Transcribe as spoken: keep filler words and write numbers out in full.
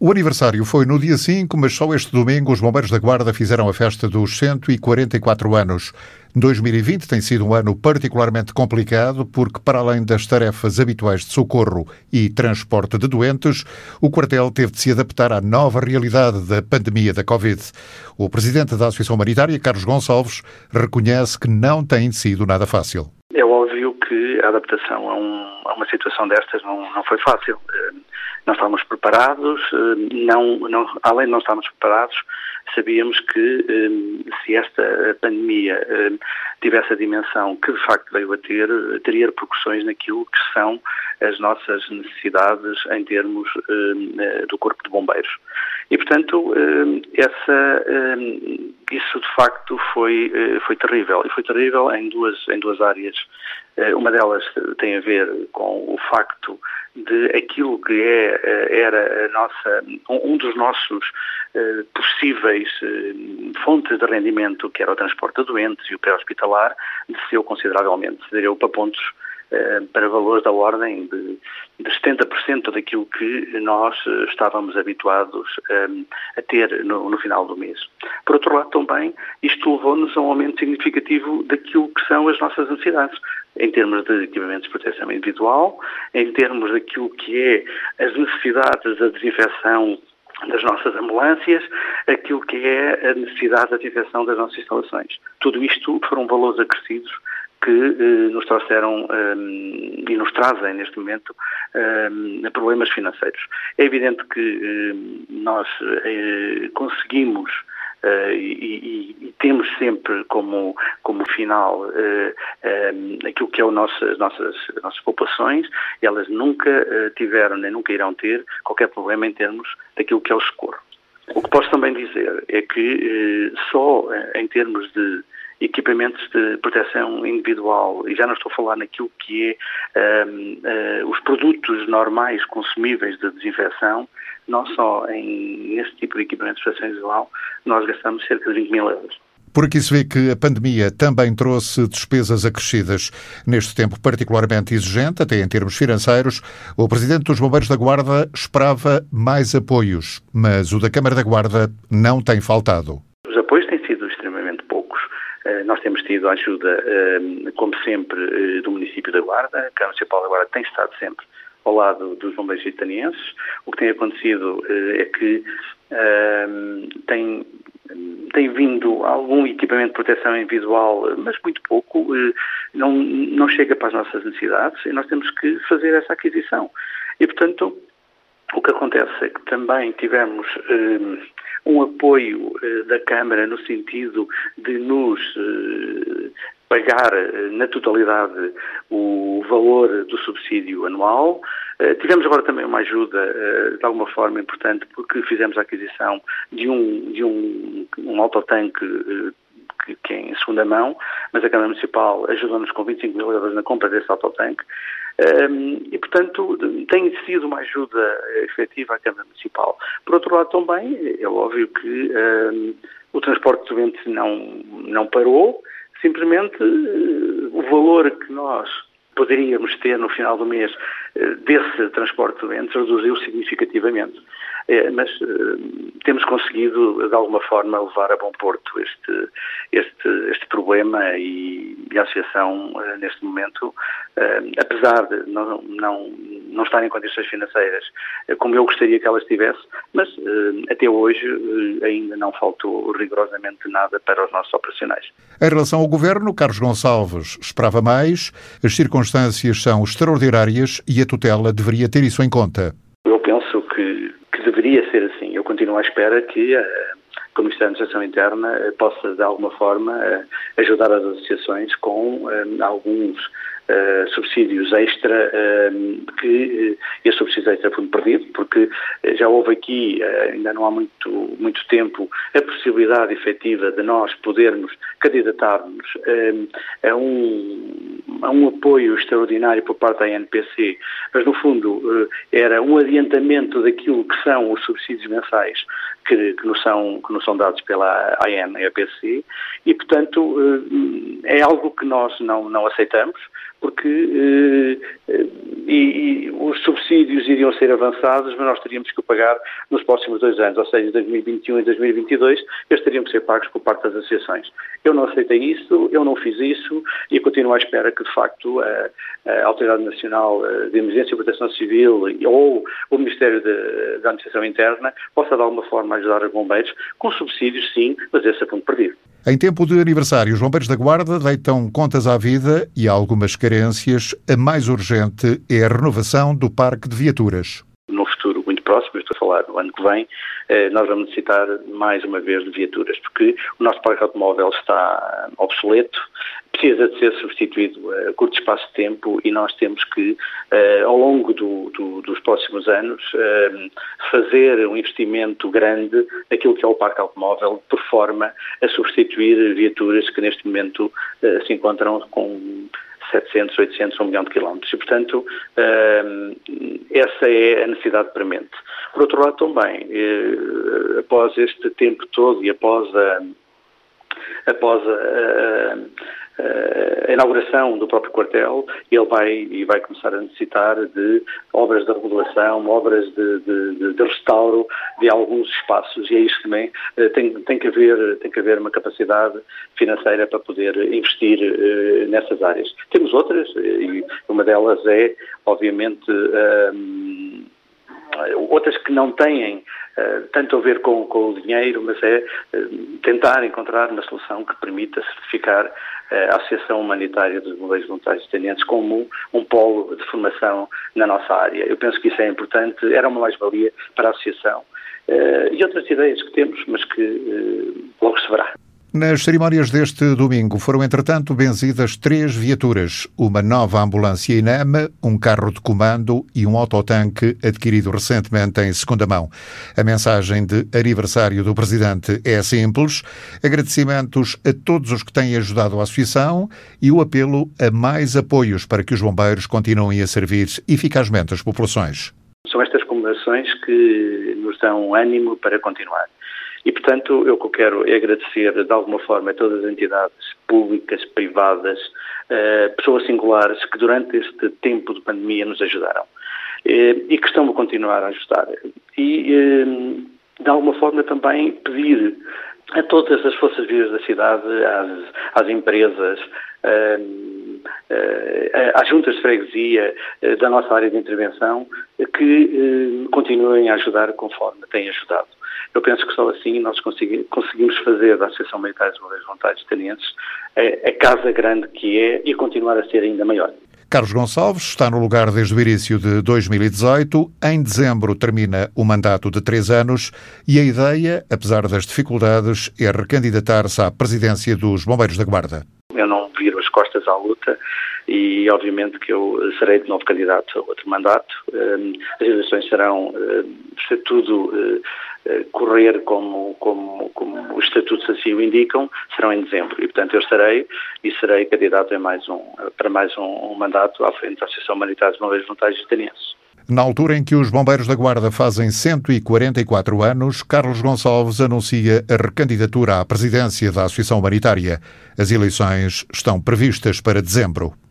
O aniversário foi no dia cinco, mas só este domingo os Bombeiros da Guarda fizeram a festa dos cento e quarenta e quatro anos. dois mil e vinte tem sido um ano particularmente complicado porque, para além das tarefas habituais de socorro e transporte de doentes, o quartel teve de se adaptar à nova realidade da pandemia da Covid. O presidente da Associação Humanitária, Carlos Gonçalves, reconhece que não tem sido nada fácil. É óbvio que a adaptação a, um, a uma situação destas não, não foi fácil. Não estávamos preparados, não, não, além de não estarmos preparados, sabíamos que se esta pandemia tivesse a dimensão que de facto veio a ter, teria repercussões naquilo que são as nossas necessidades em termos do Corpo de Bombeiros. E, portanto, essa, isso de facto foi, foi terrível. E foi terrível em duas, em duas áreas. Uma delas tem a ver com o facto de aquilo que é, era a nossa, um dos nossos possíveis fontes de rendimento, que era o transporte de doentes e o pré-hospitalar, desceu consideravelmente, desceu para pontos, para valores da ordem de, de setenta por cento daquilo que nós estávamos habituados a ter no, no final do mês. Por outro lado, também, isto levou-nos a um aumento significativo daquilo que são as nossas necessidades, em termos de equipamentos de proteção individual, em termos daquilo que é as necessidades da desinfecção das nossas ambulâncias, aquilo que é a necessidade da desinfecção das nossas instalações. Tudo isto foram valores acrescidos que eh, nos trouxeram eh, e nos trazem, neste momento, eh, problemas financeiros. É evidente que eh, nós eh, conseguimos Uh, e, e, e temos sempre como, como final uh, uh, aquilo que é o nosso, as, nossas, as nossas populações, e elas nunca uh, tiveram nem nunca irão ter qualquer problema em termos daquilo que é o socorro. O que posso também dizer é que uh, só uh, em termos de equipamentos de proteção individual, e já não estou a falar naquilo que é uh, uh, os produtos normais consumíveis de desinfecção, não só em, nesse tipo de equipamentos de proteção individual, nós gastamos cerca de vinte mil euros. Por aqui se vê que a pandemia também trouxe despesas acrescidas. Neste tempo particularmente exigente, até em termos financeiros, o Presidente dos Bombeiros da Guarda esperava mais apoios, mas o da Câmara da Guarda não tem faltado. Os apoios têm sido extremamente poucos. Nós temos tido a ajuda, como sempre, do município da Guarda. A Câmara Municipal da Guarda tem estado sempre ao lado dos bombeiros italianos. O que tem acontecido é que uh, tem, tem vindo algum equipamento de proteção individual, mas muito pouco, uh, não, não chega para as nossas necessidades e nós temos que fazer essa aquisição. E, portanto, o que acontece é que também tivemos uh, um apoio uh, da Câmara no sentido de nos uh, pagar na totalidade o valor do subsídio anual. Uh, tivemos agora também uma ajuda, uh, de alguma forma importante, porque fizemos a aquisição de um, de um, um autotanque uh, que, que é em segunda mão, mas a Câmara Municipal ajudou-nos com vinte e cinco mil euros na compra desse autotanque. Um, e, portanto, tem sido uma ajuda efetiva à Câmara Municipal. Por outro lado, também, é óbvio que um, o transporte de doentes não, não parou. Simplesmente o valor que nós poderíamos ter no final do mês desse transporte de doentes reduziu significativamente. Mas temos conseguido, de alguma forma, levar a bom porto este, este, este problema e, e a Associação, neste momento, apesar de não, não, não estar em condições financeiras como eu gostaria que ela estivesse, mas até hoje ainda não faltou rigorosamente nada para os nossos operacionais. Em relação ao Governo, Carlos Gonçalves esperava mais, as circunstâncias são extraordinárias e a tutela deveria ter isso em conta. Eu penso que, que deveria ser assim. Eu continuo à espera que a que o Ministério da Administração Interna possa, de alguma forma, ajudar as associações com alguns Uh, subsídios extra, uh, que uh, esse subsídio extra foi perdido, porque uh, já houve aqui, uh, ainda não há muito, muito tempo, a possibilidade efetiva de nós podermos candidatar-nos uh, a, um, a um apoio extraordinário por parte da A N P C, mas no fundo uh, era um adiantamento daquilo que são os subsídios mensais que, que, nos, são, que nos são dados pela A N P C e, portanto, uh, é algo que nós não, não aceitamos, porque eh, e, e os subsídios iriam ser avançados, mas nós teríamos que o pagar nos próximos dois anos, ou seja, dois mil e vinte e um e dois mil e vinte e dois, eles teriam que ser pagos por parte das associações. Eu não aceitei isso, eu não fiz isso e continuo à espera que, de facto, a, a Autoridade Nacional de Emergência e Proteção Civil ou o Ministério de, da Administração Interna possa, de alguma forma, ajudar os bombeiros, com subsídios, sim, mas esse é ponto perdido. Em tempo de aniversário, os Bombeiros da Guarda deitam contas à vida e há algumas carências. A mais urgente é a renovação do parque de viaturas. No futuro muito próximo, estou a falar no ano que vem, nós vamos necessitar mais uma vez de viaturas, porque o nosso parque automóvel está obsoleto, precisa de ser substituído a curto espaço de tempo e nós temos que, ao longo do, do, dos próximos anos, fazer um investimento grande naquilo que é o parque automóvel, por forma a substituir viaturas que neste momento se encontram com setecentos, oitocentos, um milhão de quilómetros. E, portanto, essa é a necessidade premente. Por outro lado, também, após este tempo todo e após a, após a, a, a inauguração do próprio quartel, ele vai, e vai começar a necessitar de obras de remodelação, obras de, de, de restauro de alguns espaços, e é isso também tem, tem, que haver, tem que haver uma capacidade financeira para poder investir uh, nessas áreas. Temos outras, e uma delas é, obviamente, um, outras que não têm uh, tanto a ver com, com o dinheiro, mas é uh, tentar encontrar uma solução que permita certificar uh, a Associação Humanitária dos Bombeiros Voluntários Destanienses como um polo de formação na nossa área. Eu penso que isso é importante, era uma mais-valia para a Associação. Uh, e outras ideias que temos, mas que uh, logo se verá. Nas cerimónias deste domingo foram, entretanto, benzidas três viaturas, uma nova ambulância INEM, um carro de comando e um autotanque adquirido recentemente em segunda mão. A mensagem de aniversário do Presidente é simples: agradecimentos a todos os que têm ajudado a Associação e o apelo a mais apoios para que os bombeiros continuem a servir eficazmente as populações. São estas comemorações que nos dão ânimo para continuar. E, portanto, eu que quero é agradecer, de alguma forma, a todas as entidades públicas, privadas, uh, pessoas singulares que durante este tempo de pandemia nos ajudaram uh, e que estão a continuar a ajudar. E, uh, de alguma forma, também pedir a todas as forças vivas da cidade, às, às empresas, uh, uh, às juntas de freguesia uh, da nossa área de intervenção, que uh, continuem a ajudar conforme têm ajudado. Eu penso que só assim nós conseguimos fazer da Associação Humanitária dos Bombeiros Voluntários Destanienses a casa grande que é e continuar a ser ainda maior. Carlos Gonçalves está no lugar desde o início de dois mil e dezoito. Em dezembro termina o mandato de três anos e a ideia, apesar das dificuldades, é recandidatar-se à presidência dos Bombeiros da Guarda. Eu não viro as costas à luta e, obviamente, que eu serei de novo candidato a outro mandato. As eleições serão, se tudo correr como, como, como os estatutos assim o indicam, serão em dezembro. E, portanto, eu estarei e serei candidato em mais um, para mais um, um mandato à frente da Associação Humanitária dos Bombeiros Voluntários Destanienses. Na altura em que os Bombeiros da Guarda fazem cento e quarenta e quatro anos, Carlos Gonçalves anuncia a recandidatura à presidência da Associação Humanitária. As eleições estão previstas para dezembro.